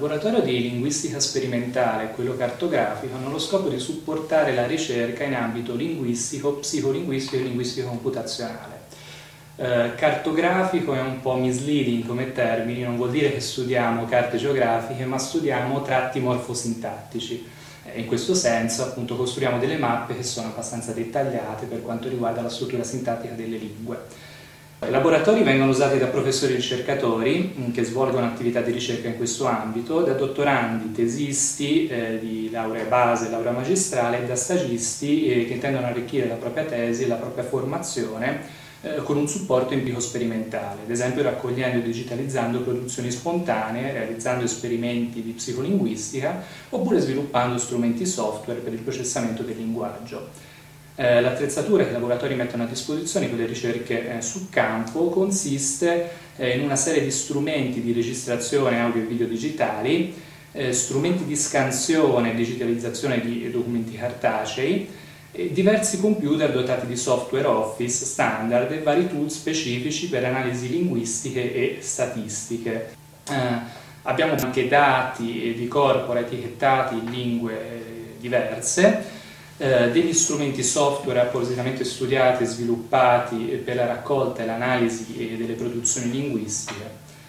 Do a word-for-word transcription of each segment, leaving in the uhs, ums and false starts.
laboratorio di linguistica sperimentale e quello cartografico hanno lo scopo di supportare la ricerca in ambito linguistico, psicolinguistico e linguistico computazionale. Eh, cartografico è un po' misleading come termini, non vuol dire che studiamo carte geografiche, ma studiamo tratti morfosintattici. Eh, in questo senso, appunto, costruiamo delle mappe che sono abbastanza dettagliate per quanto riguarda la struttura sintattica delle lingue. I laboratori vengono usati da professori e ricercatori che svolgono attività di ricerca in questo ambito, da dottorandi, tesisti eh, di laurea base e laurea magistrale e da stagisti eh, che intendono arricchire la propria tesi e la propria formazione eh, con un supporto empirico-sperimentale, ad esempio raccogliendo e digitalizzando produzioni spontanee, realizzando esperimenti di psicolinguistica oppure sviluppando strumenti software per il processamento del linguaggio. Eh, l'attrezzatura che i laboratori mettono a disposizione per le ricerche eh, sul campo consiste eh, in una serie di strumenti di registrazione audio e video digitali, eh, strumenti di scansione e digitalizzazione di documenti cartacei, e diversi computer dotati di software Office standard e vari tool specifici per analisi linguistiche e statistiche. Eh, abbiamo anche dati di corpora etichettati in lingue eh, diverse, Eh, degli strumenti software appositamente studiati e sviluppati per la raccolta e l'analisi delle produzioni linguistiche.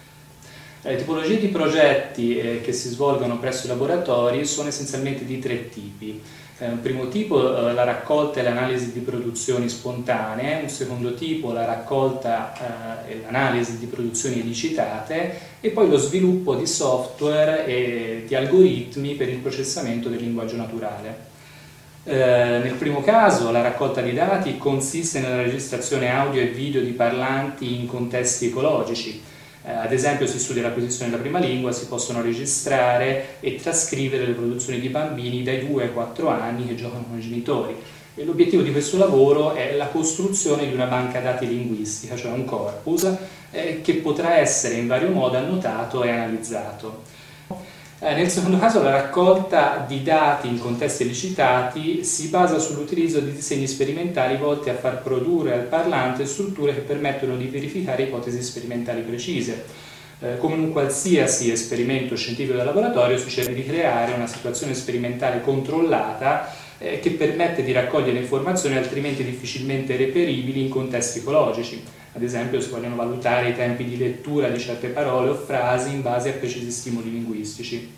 Le tipologie di progetti eh, che si svolgono presso i laboratori sono essenzialmente di tre tipi. Eh, un primo tipo eh, la raccolta e l'analisi di produzioni spontanee, un secondo tipo la raccolta eh, e l'analisi di produzioni elicitate e poi lo sviluppo di software e di algoritmi per il processamento del linguaggio naturale. Eh, nel primo caso la raccolta di dati consiste nella registrazione audio e video di parlanti in contesti ecologici. Eh, ad esempio si studia l'acquisizione della prima lingua, si possono registrare e trascrivere le produzioni di bambini dai due ai quattro anni che giocano con i genitori. E l'obiettivo di questo lavoro è la costruzione di una banca dati linguistica, cioè un corpus, eh, che potrà essere in vario modo annotato e analizzato. Eh, nel secondo caso la raccolta di dati in contesti elicitati si basa sull'utilizzo di disegni sperimentali volti a far produrre al parlante strutture che permettono di verificare ipotesi sperimentali precise. Eh, come in un qualsiasi esperimento scientifico da laboratorio si cerca di creare una situazione sperimentale controllata eh, che permette di raccogliere informazioni altrimenti difficilmente reperibili in contesti ecologici. Ad esempio si vogliono valutare i tempi di lettura di certe parole o frasi in base a precisi stimoli linguistici.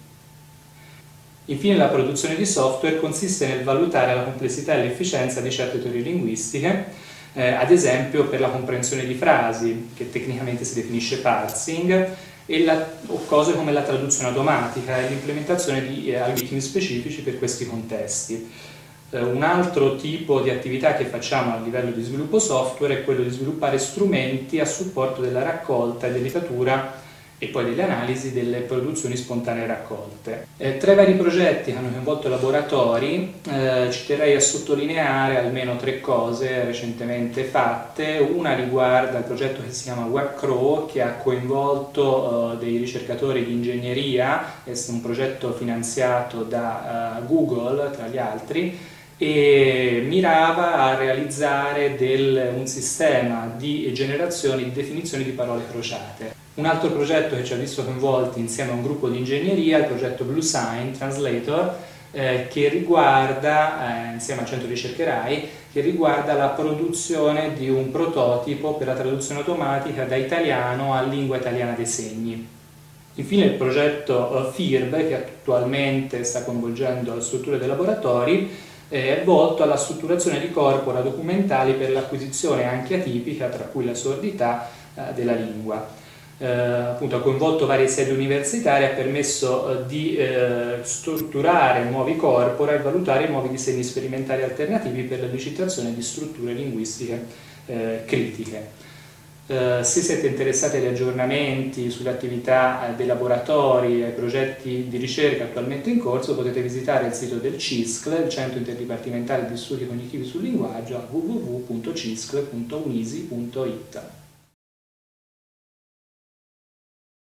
Infine la produzione di software consiste nel valutare la complessità e l'efficienza di certe teorie linguistiche, eh, ad esempio per la comprensione di frasi, che tecnicamente si definisce parsing, e la, o cose come la traduzione automatica e l'implementazione di eh, algoritmi specifici per questi contesti. Un altro tipo di attività che facciamo a livello di sviluppo software è quello di sviluppare strumenti a supporto della raccolta e dell'editatura e poi delle analisi delle produzioni spontanee raccolte. Eh, tra i vari progetti che hanno coinvolto laboratori eh, ci terrei a sottolineare almeno tre cose recentemente fatte. Una riguarda il progetto che si chiama WebCraw, che ha coinvolto eh, dei ricercatori di ingegneria, è un progetto finanziato da eh, Google tra gli altri, e mirava a realizzare del, un sistema di generazione di definizioni di parole crociate. Un altro progetto che ci ha visto coinvolti insieme a un gruppo di ingegneria è il progetto BlueSign Translator, eh, che riguarda, eh, insieme al centro ricerche RAI, che riguarda la produzione di un prototipo per la traduzione automatica da italiano a lingua italiana dei segni. Infine il progetto uh, FIRB, che attualmente sta coinvolgendo le strutture dei laboratori, è volto alla strutturazione di corpora documentali per l'acquisizione anche atipica, tra cui la sordità, eh, della lingua. Eh, appunto, ha coinvolto varie sedi universitarie, ha permesso eh, di eh, strutturare nuovi corpora e valutare nuovi disegni sperimentali alternativi per l'elicitazione di strutture linguistiche eh, critiche. Uh, se siete interessati agli aggiornamenti sulle attività uh, dei laboratori e ai progetti di ricerca attualmente in corso, potete visitare il sito del C I S C L, il Centro Interdipartimentale di Studi Cognitivi sul Linguaggio, a w w w punto ciscl punto unisi punto it.